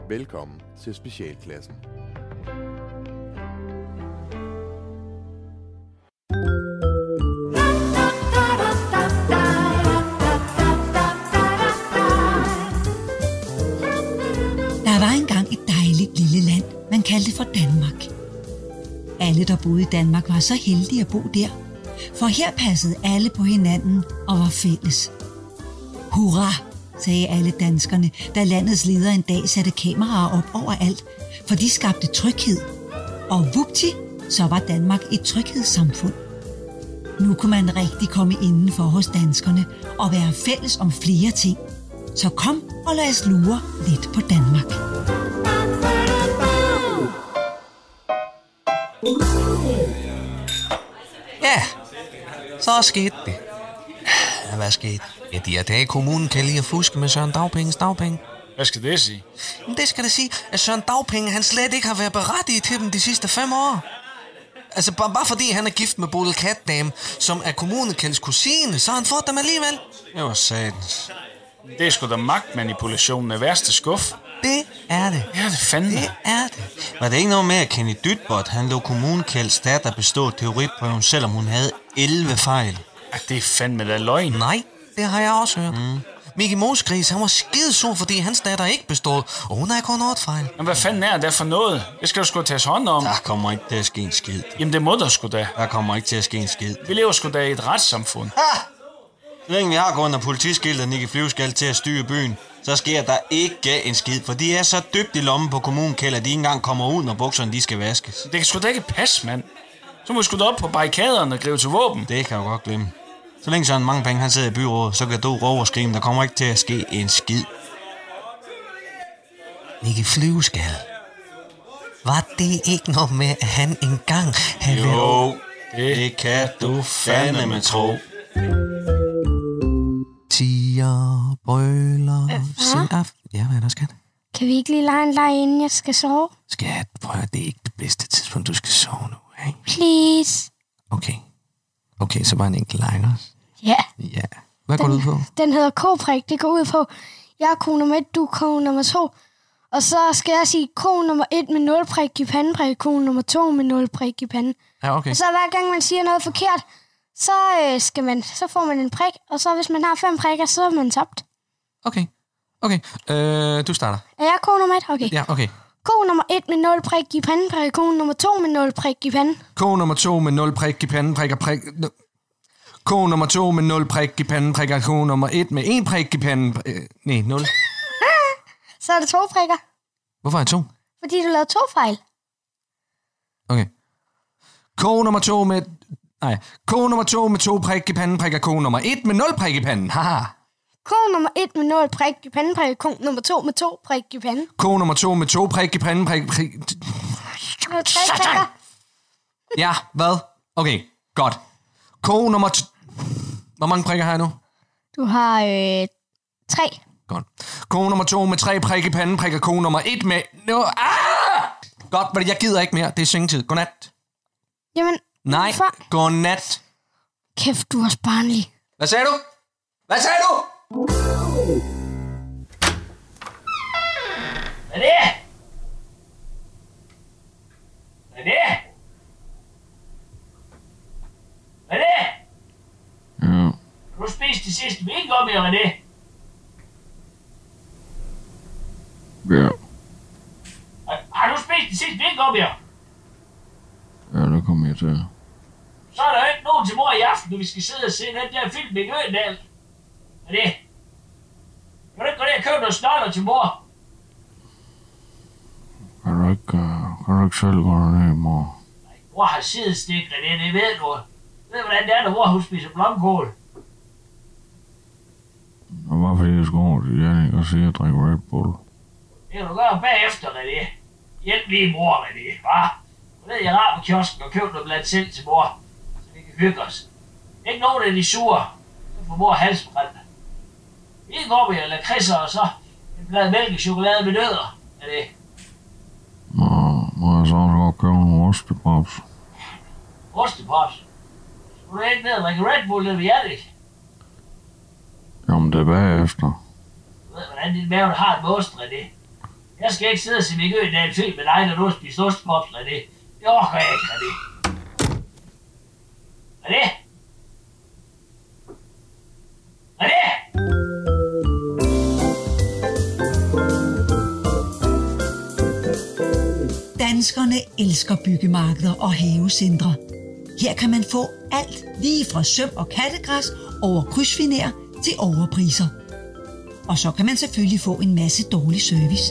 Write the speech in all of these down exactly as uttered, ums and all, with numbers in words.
Velkommen til Specialklassen. Der var engang et dejligt lille land, man kaldte for Danmark. Alle, der boede i Danmark, var så heldige at bo der, for her passede alle på hinanden og var fælles. Hurra, sagde alle danskerne, da landets leder en dag satte kameraer op overalt, for de skabte tryghed. Og vupti, så var Danmark et tryghedssamfund. Nu kunne man rigtig komme indenfor hos danskerne og være fælles om flere ting. Så kom og lad os lure lidt på Danmark. Ja, så skete det. Ja, hvad skete? Ja, de her dage kommunen kan lide at fuske med Søren Dagpenges dagpenge. Hvad skal det sige? Men det skal det sige, at Søren Dagpenge, han slet ikke har været berettiget til dem de sidste fem år. Altså, bare, bare fordi han er gift med Bodil Katdam, som er kommunekælds kusine, så har han fået dem alligevel. Det var satans. Det er sgu da magtmanipulationen af værste skuff. Det er det. Ja, det fandme. Det er det. Var det ikke noget med, at Kenny Dytbot, han lå kommunekælds datter bestå teoriprøven, selvom hun havde elleve fejl? Ja, det er fandme da løgn. Nej, det har jeg også hørt. Mm. Mickey Mosgris, han var skidesur, fordi hans datter ikke bestod, og hun har kun otte fejl. Men hvad fanden er der for noget? Det skal du sgu tages hånd om. Der kommer ikke til at ske en skid. Jamen, det må der sgu da. Der kommer ikke til at ske en skid. Vi lever sgu da i et retssamfund. Ha! Så længe vi har grund af politiskilt og Nicky Flyveskald til at styre byen, så sker der ikke en skid, for de er så dybt i lommen på kommunekælder, at de ikke engang kommer ud, når bukserne de skal vaskes. Det kan sgu da ikke passe, mand. Så må vi sgu da op på barrikaderne og gribe til våben. Det kan jeg jo godt glemme. Så længe sådan mange penge han sidder i byrådet, så kan du råbe og skrige, der kommer ikke til at ske en skid. Nicky Flyveskald. Var det ikke noget med, at han engang havde Jo, været... det, det kan du fandeme tro. Tiger, brøler, øh, sin aften. Ja, hvad er der, skat? Kan vi ikke lige lege en leg, inden jeg skal sove? Skat, prøv at det er ikke det bedste tidspunkt, du skal sove nu, ikke? Please. Okay. Okay, så bare en enkelt leg også. Ja. Ja. Hvad går den, du ud på? Den hedder K-prik. Det går ud på, jeg er ko nummer et, du er ko nummer to. Og så skal jeg sige ko nummer et med nul prik i panden, prik ko nummer to med nul prik i panden. Ja, okay. Og så hver gang man siger noget forkert, så, øh, skal man, så får man en prik. Og så hvis man har fem prikker, så er man tabt. Okay. Okay. Øh, du starter. Er jeg ko nummer et? Okay. Ja, okay. Ko nummer et med nul prik i panden, prik ko nummer to med nul prik i panden. Ko nummer to med nul prik i panden, prikker prik... Ko nummer to med nul prik i panden, prikker ko nummer et med en prik i panden... Øh, nej, nul. Så er det to prikker. Hvorfor er det to? Fordi du lavede to fejl. Okay. Ko nummer to med... Nej. Ko nummer to med to prik i panden, prikker ko nummer et med nul prik i panden. Haha. Ko nummer et med nul prik i panden, prikker ko nummer to med to prik i panden. Ko nummer to med to prik i panden, prik... prik... Ja, hvad? Okay, godt. Ko nummer... T- Hvor mange prikker har jeg nu? Du har øh, tre. Godt. Ko nummer to med tre prik i panden, prikker ko nummer et med... No, ah! Godt, men jeg gider ikke mere. Det er sengetid. Godnat. Jamen... Nej, for... godnat. Kæft, du er også barnlig. Hvad sagde du? Hvad sagde du? Hvad er det? Hvad er det? Hvad er det? Ja. Har du spist de sidste vingummi, eller hvad er det? Ja. Har, har du spist de sidste vingummi? Ja, det kommer jeg til. Så er der jo ikke nogen til mor i aften, når vi skal sidde og se den der film med Øgendal. Hvad er det? Kan du ikke gå ned og købe noget snoller til mor? Kan du ikke, uh, kan du ikke selv gå derned, mor? Nej, mor har sidestik, det, det ved du. Ved du, hvordan det er, når mor hun spiser blomkål? Og bare fordi jeg skal over til Jannik og sige, at jeg drikker Red Bull. Det kan du gøre bagefter, René. Hjælp lige mor, René, hva? Gå ned i Araberkiosken og køb noget blandt selv til mor, så vi kan hygge os. Ikke nogen af de sure, så får mor halsbrand. Vi går med lakridser og så en blad mælkechokolade med nødder. Er det? Nå, må jeg så også godt købe nogle ostepops. Ostepops? Skulle du ikke ned og drikke Red Bull ned ved Jannik? Jamen, det er bagefter. Du ved, hvordan din mave har det med ost, René. Jeg skal ikke sidde og se Mikke Øgendahl film med dig, når du har spist ostpops, René. Det orker jeg ikke, René. René? René? Danskerne elsker byggemarkeder og havecentre. Her kan man få alt lige fra søm og kattegræs over krydsfiner til overpriser. Og så kan man selvfølgelig få en masse dårlig service.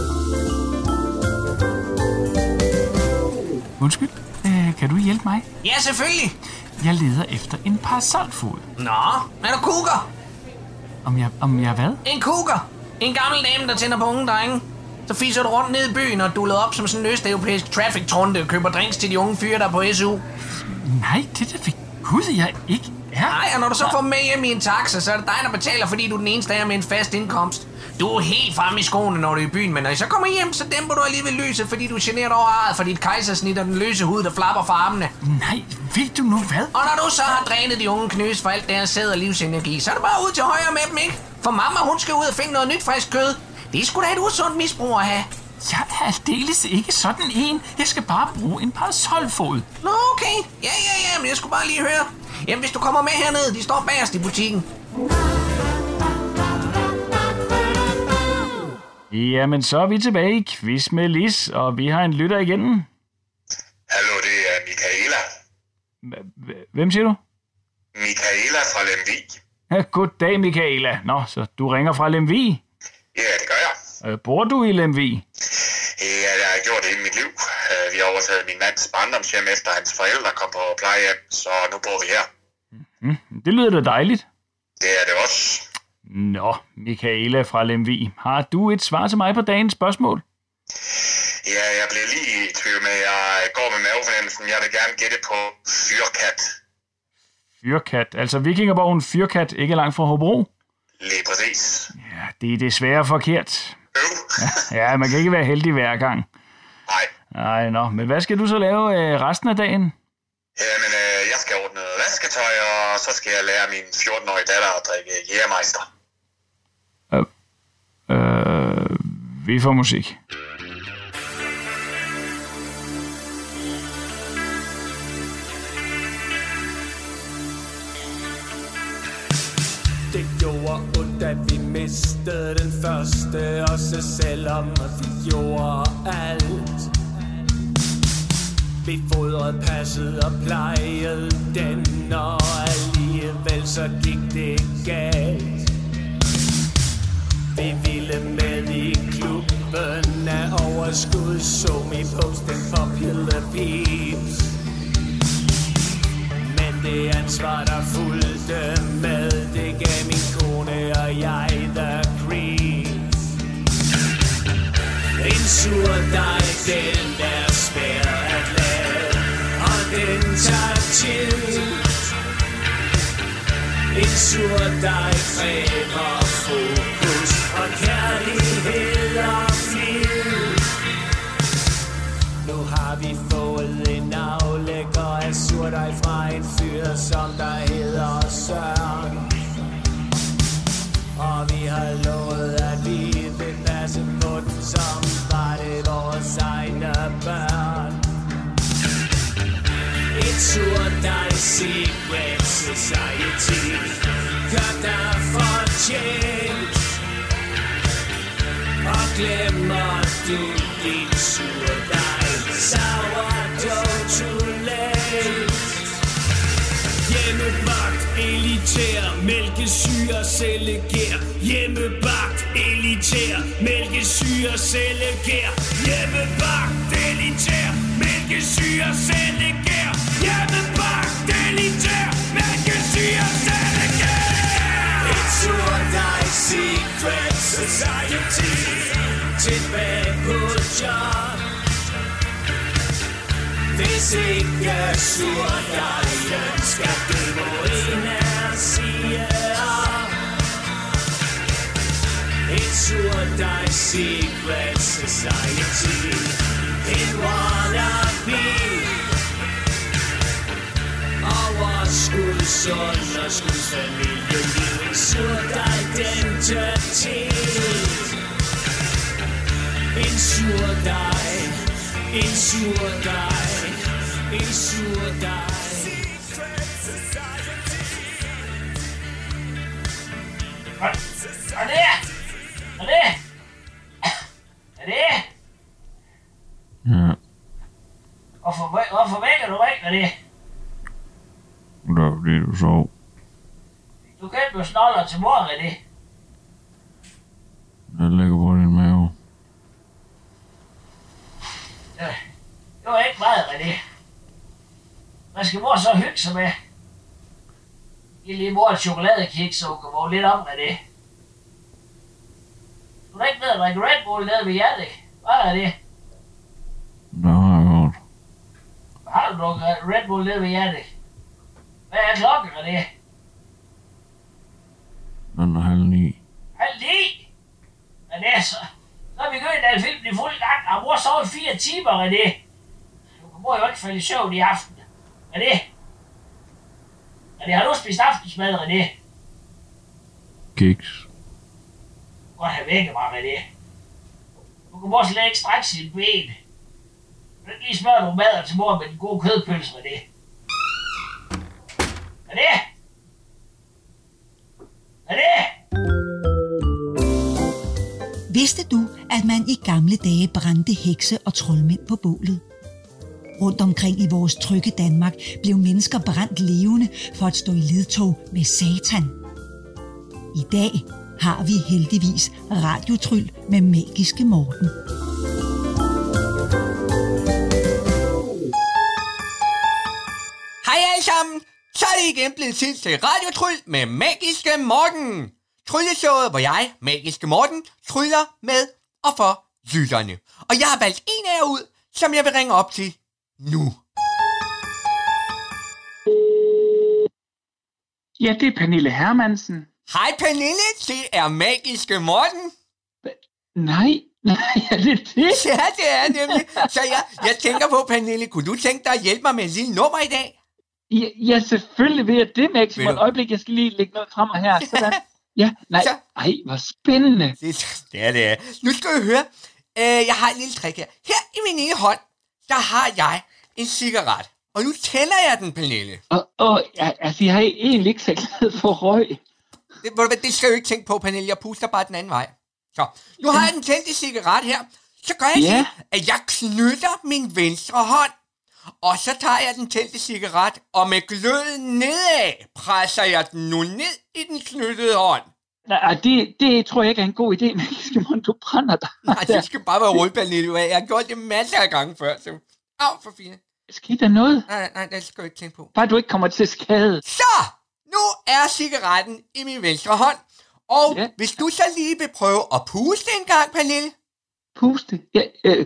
Undskyld, øh, kan du hjælpe mig? Ja, selvfølgelig. Jeg leder efter en parasolfod. Nå, er du kuger? Om jeg, om jeg hvad? En kuger. En gammel dame, der tænder på unge drenge. Så fiser du rundt ned i byen og dullet op som sådan en østeuropæisk traffic-trunde og køber drinks til de unge fyre, der er på S U. Nej, det er da Gud, jeg ikke er. Nej, og når du så får med hjem i en taxa, så er det dig, der betaler, fordi du er den eneste af med en fast indkomst. Du er helt fremme i skoene, når du er i byen, men når I så kommer hjem, så dæmper du alligevel lyset, fordi du er generet over arret for dit kejsersnit og den løse hud, der flapper fra armene. Nej, ved du nu hvad? Og når du så har drænet de unge knøs for alt deres sæd og livsenergi, så er det bare ud til højre med dem, ikke? For mamma, hun skal ud og finde noget nyt frisk kød. Det er sgu da et usundt misbrug at have. Jeg er aldeles ikke sådan en. Jeg skal bare bruge en parasolfod. Nå, okay. Ja, ja, ja, men jeg skulle bare lige høre. Jamen, hvis du kommer med herned, de står bagerst i butikken. Jamen, så er vi tilbage i Quiz med Lis, og vi har en lytter igen. Hallo, det er Michaela. Hvem siger du? Michaela fra Lemvig. Ja, goddag, Michaela. Nå, så du ringer fra Lemvig? Ja, det gør jeg. Bor du i Lemvig? Ja, jeg har gjort det hele mit liv. Vi har overtaget min mands barndomshjem efter hans forældre kom på plejehjem, så nu bor vi her. Mm, det lyder da dejligt. Det er det også. Nå, Michaela fra Lemvig. Har du et svar til mig på dagens spørgsmål? Ja, jeg blev lige i tvivl med, jeg går med mavefornemmelsen. Jeg vil gerne gætte på fyrkat. Fyrkat? Altså Vikingerborgen Fyrkat, ikke langt fra Hobro? Lige præcis. Ja, det er desværre forkert. Øv. Ja, man kan ikke være heldig hver gang. Nej. Nej, nå. Men hvad skal du så lave øh, resten af dagen? Jamen, øh, jeg skal ordne noget vasketøj, og så skal jeg lære min fjorten-årige datter at drikke Jægermeister. Øh, øh, vi får musik. Det gjorde ondt, at vi mistede den første, også selvom vi gjorde alt. Vi fodrede, passede og plejede den, og alligevel så gik det galt. Vi ville med i klubben af overskud, så vi posten på Pillepips. Men det ansvar, der fulgte med, det gav min kone og jeg the creeps. En sur dej, den er svær at lave, og den tager tid. En sur dej kræver fokus og kærlighed og flid. Nu har vi fået en aflægger af surdej fra en fyr, som der hedder Søren. Og vi har lovet, at vi vil passe på den, som var det vores egne børn. Et surdej secret society gør dig fortjent. Og glemmer du din surdej, sourdough too late. Hjemmebagt, elitær, mælkesyre, cellegær. Hjemmebagt, elitær, mælkesyre, cellegær. Hjemmebagt, elitær, mælkesyre, cellegær. Hjemmebagt, elitær, mælkesyre, cellegær. Et surdej secret society, tilbage på job. Hvis ikke surdejen skal dø, må en af sige op. Et surdej secret society, en wannabe. Overskuds underskudsfamilie, en surdej identitet. surdej, en surdej, en surdej. Hvad er det? Hvad er det? Er det? Ja, Hvorfor, hvorfor vækker du ikke med det? det var fordi du sov. Du kan ikke snoller til morgen med det. Jeg ligger på din mave. Det var ikke meget med det. Hvad skal mor så hygge sig med? Giv lige mor et chokoladekiks, og gå lidt om med det. Skulle du ikke ned og drikke Red Bull nede ved hjertet? Hvad er det? Det har jeg gjort. Har du drukket Red Bull nede ved hjertet? Hvad er klokken med det? Den er halv ni. Halv ni? Men det er så... Så er vi gået, da filmen i fuld gang, og mor sover fire timer med det. Du kan mor jo ikke falde i søvn i aften. Hvad er det? Er det, har du spist aftensmad med det? Kiks. Du kan godt have vækket mig med det. Du kan mor slet ikke strække sine ben. Du kan ikke lige smøre nogle mader til mor med den gode kødpølse med det. Hvad er det? Hvad er det? Vidste du, at man i gamle dage brændte hekse og troldmænd på bålet? Rundt omkring i vores trygge Danmark blev mennesker brændt levende for at stå i ledtog med Satan. I dag har vi heldigvis radiotryl med Magiske Morten. Hej alle sammen, så er det igen blevet tid til radiotryl med Magiske Morten. Trylleshowet, hvor jeg, Magiske Morten, tryller med og for lytterne. Og jeg har valgt en af jer ud, som jeg vil ringe op til nu. Ja, det er Pernille Hermansen. Hej Pernille, det er Magiske Morten. Nej, nej, er det det? Ja, det er nemlig. Så jeg, jeg tænker på, Pernille, kunne du tænke dig at hjælpe mig med en lille nummer i dag? Ja, ja selvfølgelig vil jeg det, Max. Vil For du? et øjeblik, jeg skal lige lægge noget frem og her. Sådan. Ja, nej, Så- ej, hvor spændende. Det, det er det. Nu skal I høre. Øh, jeg har en lille trick her. Her i min ene hånd, der har jeg en cigaret. Og nu tænder jeg den, Pernille. Og, og ja, altså, jeg er egentlig ikke så glad for røg. Det, ved du hvad, det skal jeg jo ikke tænke på, Pernille. Jeg puster bare den anden vej. Så, nu har jeg den tændte cigaret her. Så gør jeg Ja. det, at jeg knytter min venstre hånd. Og så tager jeg den tændte cigaret, og med gløden nedad presser jeg den nu ned i den knyttede hånd. Nej, det, det tror jeg ikke er en god idé, Max. Du brænder dig. Nej, det skal bare være roligt, Pernille. Jeg har gjort det masser af gange før. Så, au, for fint. Skete der noget? Nej, nej, nej, det skal jeg ikke tænke på. Bare du ikke kommer til skade. Så, nu er cigaretten i min venstre hånd. Og Ja. hvis du så lige vil prøve at puste en gang, Pernille, Puste. Ja, øh.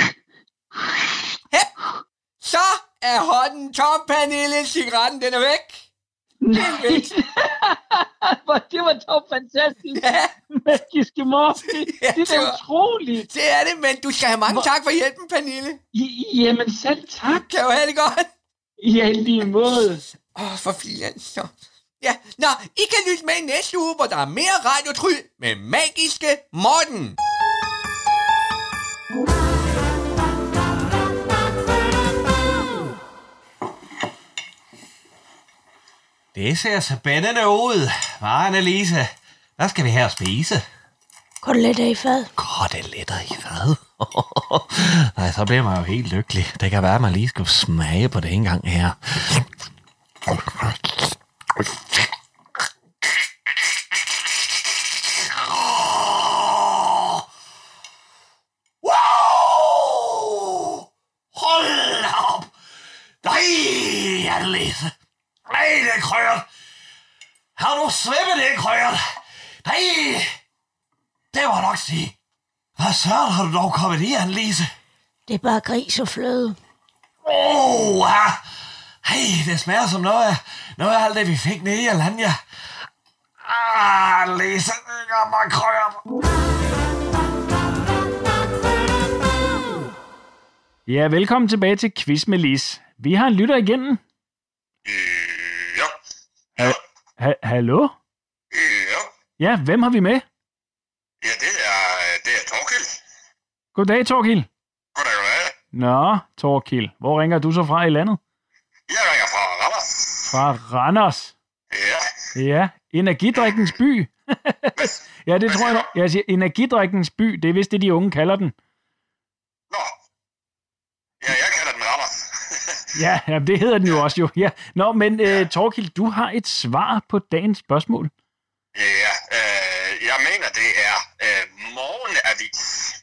Hep. Så er hånden tom, Pernille. Cigaretten, den er væk. Nej. Det var dog fantastisk. Ja, Magiske Morten. Ja, Det det er var- utroligt. det er det, men du skal have mange Hvor- tak for hjælpen, Pernille. I- Jamen selv tak. Kan du have det godt? Ja, i lige måde. Åh, oh, for filan, så. Ja, nå, I kan lytte med i næste uge, hvor der er mere radiotryl med Magiske Morten. Det ser spændende ud. Hvad, Annelise? Hvad skal vi her spise? Koteletter i fad. Koteletter i fad. Nej, så bliver man jo helt lykkelig. Det kan være, at man lige skal smage på det en gang her. Wow! Hold op! Nej, Annelise. Nej, det er krøret. Har du svippet det, krøret? Nej, det var nok sige. Hvad søren har du dog kommet i, Annelise? Det er bare gris og fløde. Åh, oh, ja. Hey, det smager som noget af, noget af alt det, vi fik nede i Alanya. Ah, Annelise, det gør mig krøret. Ja, velkommen tilbage til Quiz med Lis. Vi har en lytter igen. Ja. Ha- ha- hallo? Ja. Ja, hvem har vi med? Ja, det er, det er Torkild. Goddag, Torkild. Goddag, goddag. Nå, Torkild. Hvor ringer du så fra i landet? Jeg ringer fra Randers. Fra Randers? Ja. Ja, energidrikkens by. Ja, det tror jeg. Jeg siger energidrikkens by. Det er vist det, de unge kalder den. Nå. Ja, jeg kalder den Randers. Ja, ja, det hedder den jo også jo. Ja. Nå, men uh, Torkild, du har et svar på dagens spørgsmål. Ja, øh, jeg mener, det er øh, morgenavis.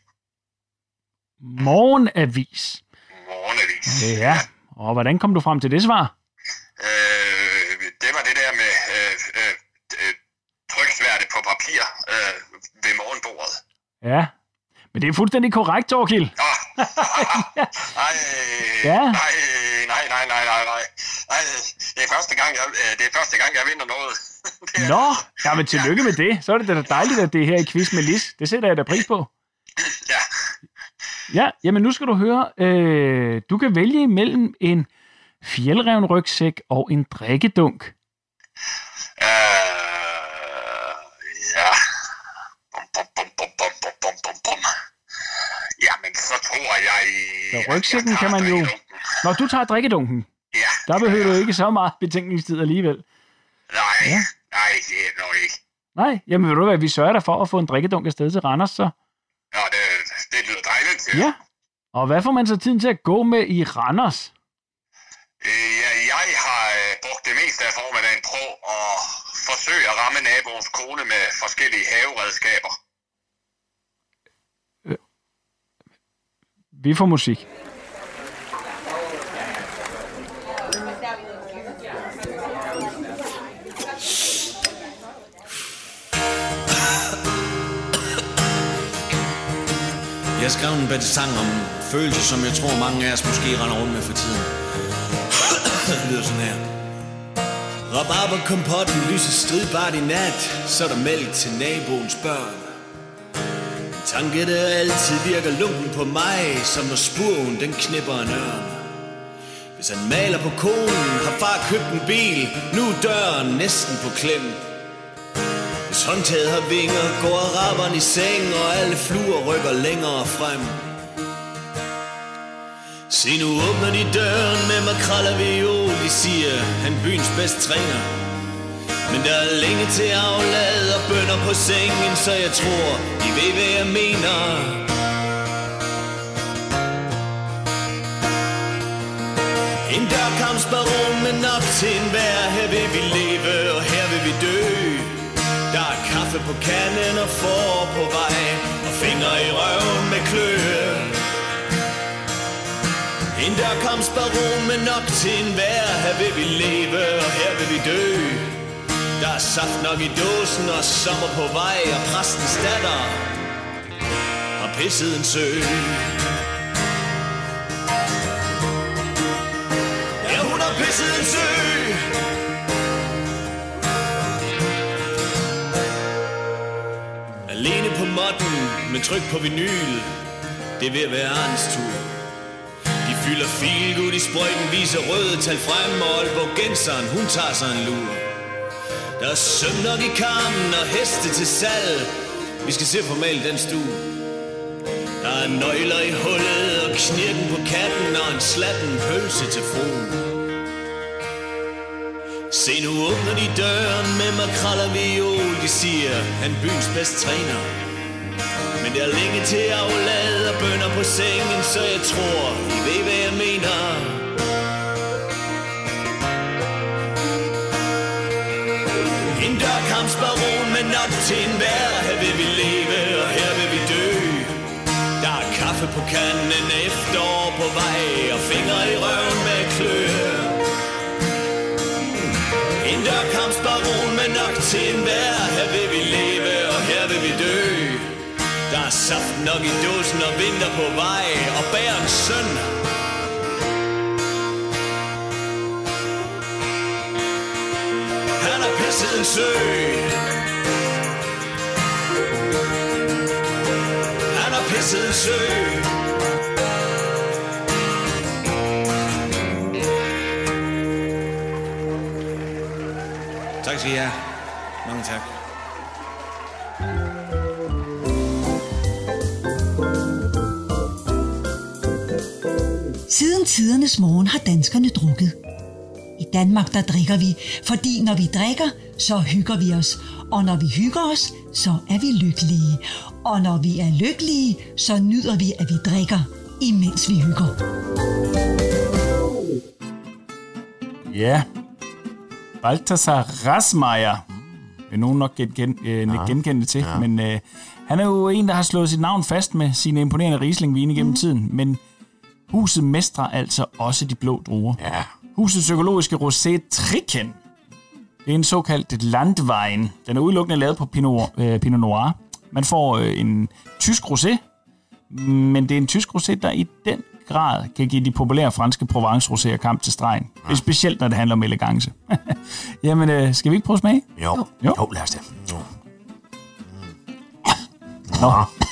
Morgenavis? Morgenavis. Ja, og hvordan kom du frem til det svar? Øh, det var det der med øh, øh, øh, tryksværte på papir øh, ved morgenbordet. Ja, men det er fuldstændig korrekt, Torkild. Nå, nej, Ja. nej, nej, nej, nej, nej, nej. Nej, det er første gang, jeg, øh, det er første gang, jeg vinder noget. Det er- Nå, ja, men tillykke med det. Så er det da dejligt, at det er her i Quiz med Lis. Det sætter jeg da pris på. Ja. Ja, jamen nu skal du høre. Øh, du kan vælge imellem en fjeldreven rygsæk og en drikkedunk. Øh, ja. Bum, bum, bum, bum, bum, bum, bum, bum, bum. Jamen, så tror jeg... Så rygsækken kan man jo... Når du tager drikkedunken, Ja. der behøver du ikke så meget betænkningstid alligevel. Nej, Ja. nej, det er nok ikke. Nej, jamen ved du hvad, vi sørger dig for at få en drikkedunk afsted til Randers, så. Nå, det, det lyder dejligt. Ja. Og hvad får man så tiden til at gå med i Randers? Øh, ja, jeg har øh, brugt det meste af formiddagen på at forsøge at ramme naboens kone med forskellige haveredskaber. Vi får musik. Jeg skrev en bedre sang om følelser, som jeg tror mange af os måske render rundt med for tiden. Det lyder sådan her. Rabarberkompotten lyser stridbart i nat, så er der mælk til naboens børn. En tanke, der altid virker lunken på mig, som når spurven den knipper en ørn. Hvis han maler på konen, har far købt en bil, nu er døren næsten på klem. Hvis håndtaget har vinger, går araberen i seng, og alle fluer rykker længere frem. Se, nu åbner de døren med makrel og viol, de siger, han byens bedste træner. Men der er længe til aflad og bønner på sengen, så jeg tror, de ved, hvad jeg mener. En dørkampsbaron med nok til enhver, her vil vi leve, og her vil vi dø. Der er kaffe på kanden og får på vej, og fingre i røven med kløe. En dørkampsbaron med nok til enhver, her vil vi leve, og her vil vi dø. Der er saft nok i dåsen og sommer på vej, og præstens datter har pisset en sø. Ja, hun har pisset en sø. Alene på måtten med tryk på vinyl, det er ved at være Arns tur. De fylder feelgood i sprøjten, viser røde tal frem, og Aalborg-genseren, hun tager sig en lur. Der er søm nok i karmen og heste til salg, vi skal se formelt den stue. Der er nøgler i hullet og knirken på katten, og en slatten pølse til fruen. Se, nu åbner de døren med makrel og viol, de siger, han byens bedste træner. Men der er længe til aflad og bønner på sengen, så jeg tror, I ved, hvad jeg mener. En dørkampsbaron med nok til enhver, her vil vi leve, og her vil vi dø. Der er kaffe på kanden, efterår på vej, og fingre i røven med kløe. En dørkampsbaron med nok til enhver, her vil vi leve, og her vil vi dø. Der er saft nok i dåsen og vinter på vej, og bærens søn. Han har pisset en sø. Han har pisset en sø. Tak skal I have. Mange tak. Siden tidernes morgen har danskerne drukket. I Danmark der drikker vi, fordi når vi drikker, så hygger vi os. Og når vi hygger os, så er vi lykkelige. Og når vi er lykkelige, så nyder vi, at vi drikker, imens vi hygger. Ja, Balthasar Rasmeier vil nogen nok gen, øh, ja. genkende det til, ja. men øh, han er jo en, der har slået sit navn fast med sine imponerende Riesling-vine gennem mm. tiden, men huset mestrer altså også de blå druer. Ja. Husets økologiske rosé Tricken, det er en såkaldt Landwein. Den er udelukkende lavet på Pinot, øh, Pinot Noir. Man får øh, en tysk rosé, men det er en tysk rosé, der i den grad kan give de populære franske Provence-roséer kamp til stregen. Ja. Det er specielt, når det handler om elegance. Jamen, øh, skal vi ikke prøve at smage? Jo. Jo, jo lad os det. Jo. Nå.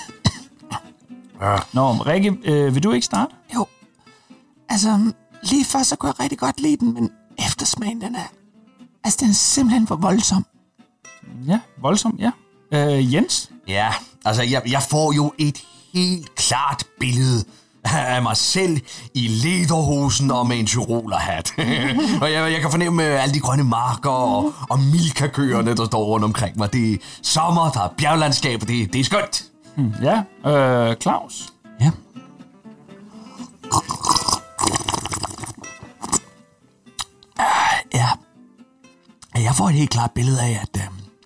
Nå, Rikke, øh, vil du ikke starte? Jo. Altså, lige først så kunne jeg rigtig godt lide den, men eftersmagen, den er... Altså, den er simpelthen for voldsom. Ja, voldsom, ja. Øh, Jens? Ja, altså, jeg, jeg får jo et helt klart billede af mig selv i lederhosen og med en tyrolerhat. Og jeg, jeg kan fornemme alle de grønne marker og, og Milka-køerne, der står rundt omkring mig. Det er sommer, der er bjerglandskab, og det, det er skønt. Hmm, ja, øh, Claus? Ja. Ja. Jeg får et helt klart billede af, at øh,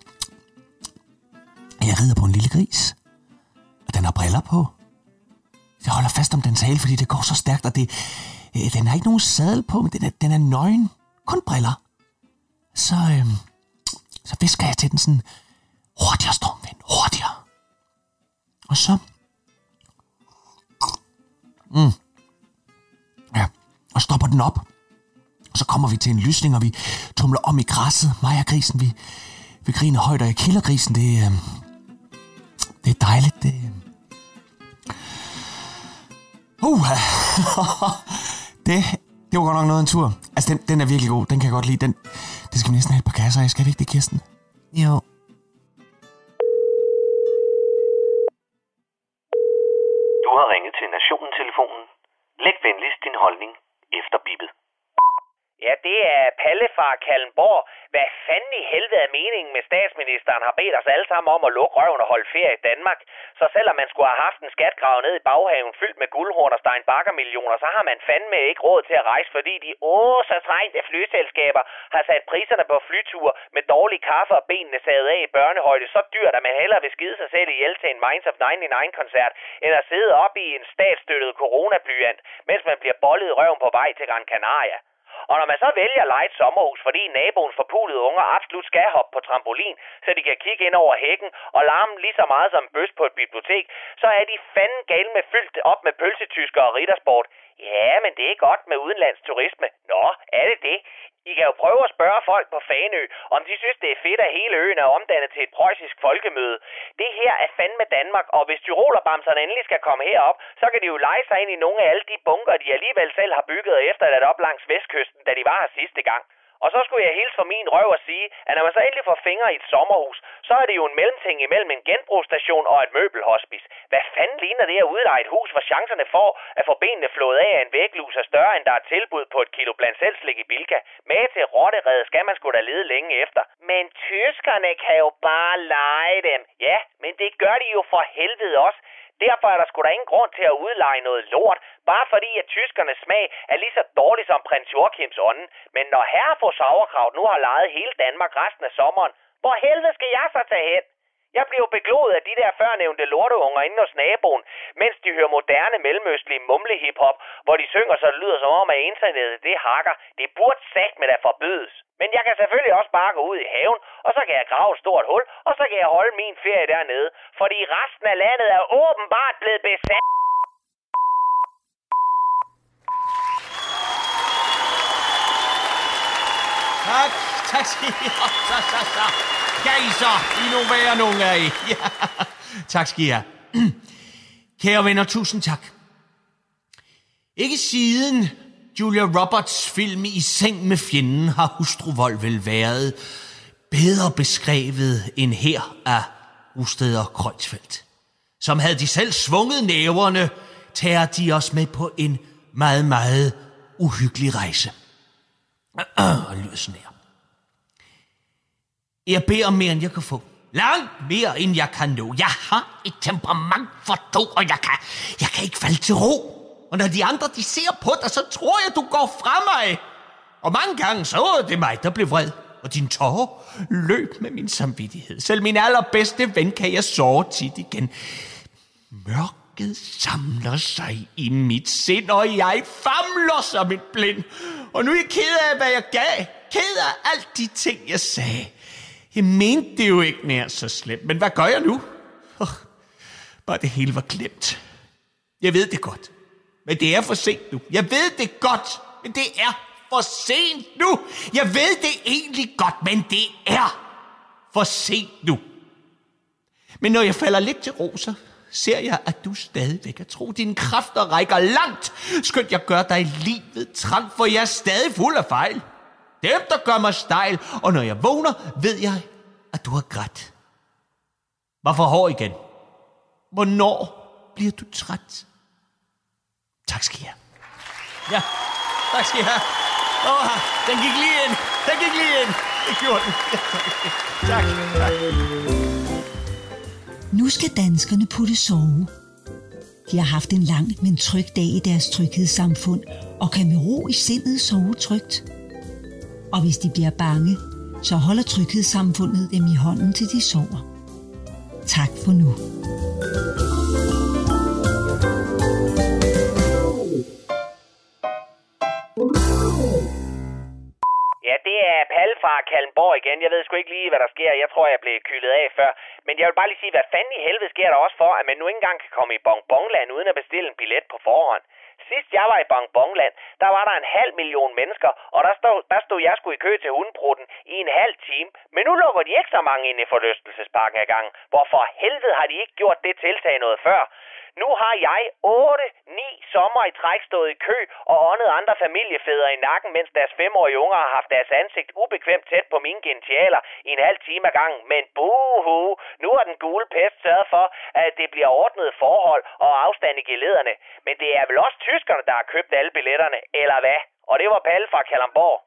jeg rider på en lille gris, og den har briller på. Jeg holder fast om dens hale, fordi det går så stærkt, og det, øh, den har ikke nogen sadel på, men den er, den er nøgen. Kun briller. Så, øh, så visker jeg til den sådan, hurtigere stormvind, hurtigere. Og så... Mm. Ja, og stopper den op. Og så kommer vi til en lysning, og vi tumler om i græsset. Mig og grisen, vi, vi griner højt, og jeg kilder grisen. Det, øh, det er dejligt, det... Uh, det, det var godt nok noget af en tur. Altså, den, den er virkelig god. Den kan jeg godt lide. Den, det skal vi næsten have et par kasser af. Skal vi ikke det, Kirsten? Jo. Du har ringet til Nationen-telefonen. Læg venligst din holdning efter bippet. Ja, det er Palle fra Kallenborg. Hvad fanden i helvede er meningen med statsministeren har bedt os alle sammen om at lukke røven og holde ferie i Danmark? Så selvom man skulle have haft en skat gravet ned i baghaven fyldt med guldhorn og Stein Bakker-millioner, så har man fandme ikke råd til at rejse, fordi de åh så trængte flyselskaber har sat priserne på flyture med dårlig kaffe og benene savet af i børnehøjde så dyrt, at man hellere vil skide sig selv ihjel til en Minds of nioghalvfems-koncert, end at sidde op i en statsstøttet coronablyant, mens man bliver bollet i røven på vej til Gran Canaria. Og når man så vælger at leje et sommerhus, fordi naboens forpulede unger absolut skal hoppe på trampolin, så de kan kigge ind over hækken og larme lige så meget som en bøs på et bibliotek, så er de fanden gale med fyldt op med pølsetysker og riddersport. Ja, men det er godt med udenlands turisme. Nå, er det det? I kan jo prøve at spørge folk på Fanø, om de synes, det er fedt, at hele øen er omdannet til et preussisk folkemøde. Det her er fandme Danmark, og hvis tyrolerbamserne endelig skal komme herop, så kan de jo lege sig ind i nogle af alle de bunker, de alligevel selv har bygget og efterladt op langs vestkysten, da de var her sidste gang. Og så skulle jeg hilse for min røv og sige, at når man så endelig får fingre i et sommerhus, så er det jo en mellemting imellem en genbrugsstation og et møbelhospice. Hvad fanden ligner det at udleje et hus, hvor chancerne for at få benene flået af af en væglus er større, end der er tilbud på et kilo blandt selv slik i Bilka? Med til rotterede skal man sgu da lede længe efter. Men tyskerne kan jo bare lege dem. Ja, men det gør de jo for helvede også. Derfor er der sgu da ingen grund til at udleje noget lort, bare fordi at tyskernes smag er lige så dårlig som prins Joachims ånden. Men når herre for Sauerkraut nu har lejet hele Danmark resten af sommeren, hvor helvede skal jeg så tage hen? Jeg bliver begloet af de der førnævnte lorteunger inde hos naboen, mens de hører moderne mellemøstlige mumle-hiphop, hvor de synger, så det lyder som om, at internettet det hakker. Det burde sagt med at forbydes. Men jeg kan selvfølgelig også bare gå ud i haven, og så kan jeg grave et stort hul, og så kan jeg holde min ferie dernede. Fordi resten af landet er åbenbart blevet besat. Tak, tak skal I have. Så, så, så. Skal I så? I nu være nogle af I. Ja. Tak skal I have. Kære venner, tusind tak. Ikke siden Julia Roberts film I seng med fjenden har hustruvold vel været bedre beskrevet end her af Rusted og Kreuzfeldt. Som havde de selv svunget næverne, tager de os med på en meget, meget uhyggelig rejse. Og lyder sådan her. Jeg beder om mere, end jeg kan få. Langt mere, end jeg kan nå. Jeg har et temperament for to, og jeg kan, jeg kan ikke falde til ro. Og når de andre, de ser på dig, så tror jeg, du går fra mig. Og mange gange, så var det mig, der blev vred. Og din tårer løb med min samvittighed. Selv min allerbedste ven kan jeg sove tit igen. Mørket samler sig i mit sind, og jeg famler som et blind. Og nu er jeg ked af, hvad jeg gav. Ked af alt de ting, jeg sagde. Jeg mente det jo ikke nær så slemt, men hvad gør jeg nu? Oh, bare det hele var glemt. Jeg ved det godt, men det er for sent nu. Jeg ved det godt, men det er for sent nu. Jeg ved det egentlig godt, men det er for sent nu. Men når jeg falder lidt til ro, så ser jeg, at du stadigvæk er tro. Dine kræfter rækker langt. Skønt jeg gør dig livet trang, for jeg er stadig fuld af fejl. Dem, der gør mig stejl, og når jeg vågner, ved jeg, at du har grædt. Var for hård igen. Hvornår bliver du træt? Tak skal I have. Ja, tak skal I have. Åh, oh, den gik lige ind. Den gik lige ind. Det gjorde den. Tak. tak. Nu skal danskerne putte sove. De har haft en lang, men tryg dag i deres tryghedssamfund, og kan med ro i sindet sove trygt. Og hvis de bliver bange, så holder tryghedssamfundet dem i hånden, til de sover. Tak for nu. Ja, det er Palle fra Kalmborg igen. Jeg ved sgu ikke lige, hvad der sker. Jeg tror, jeg blev kylet af før. Men jeg vil bare lige sige, hvad fanden i helvede sker der også for, at man nu ikke engang kan komme i Bonbonland uden at bestille en billet på forhånd. Sidst jeg var i Bonbonland, der var der en halv million mennesker, og der stod, der stod jeg sgu i kø til hundeprutten i en halv time. Men nu lukker de ikke så mange ind i forlystelsesparken ad gang. Hvorfor helvede har de ikke gjort det tiltag noget før? Nu har jeg otte ni sommer i træk stået i kø og åndet andre familiefædre i nakken, mens deres femårige unger har haft deres ansigt ubekvemt tæt på mine gentialer i en halv time ad gangen. Men buhu, nu har den gule pest sørget for, at det bliver ordnet forhold og afstand i gelederne. Men det er vel også tyskerne, der har købt alle billetterne, eller hvad? Og det var Palle fra Kalundborg.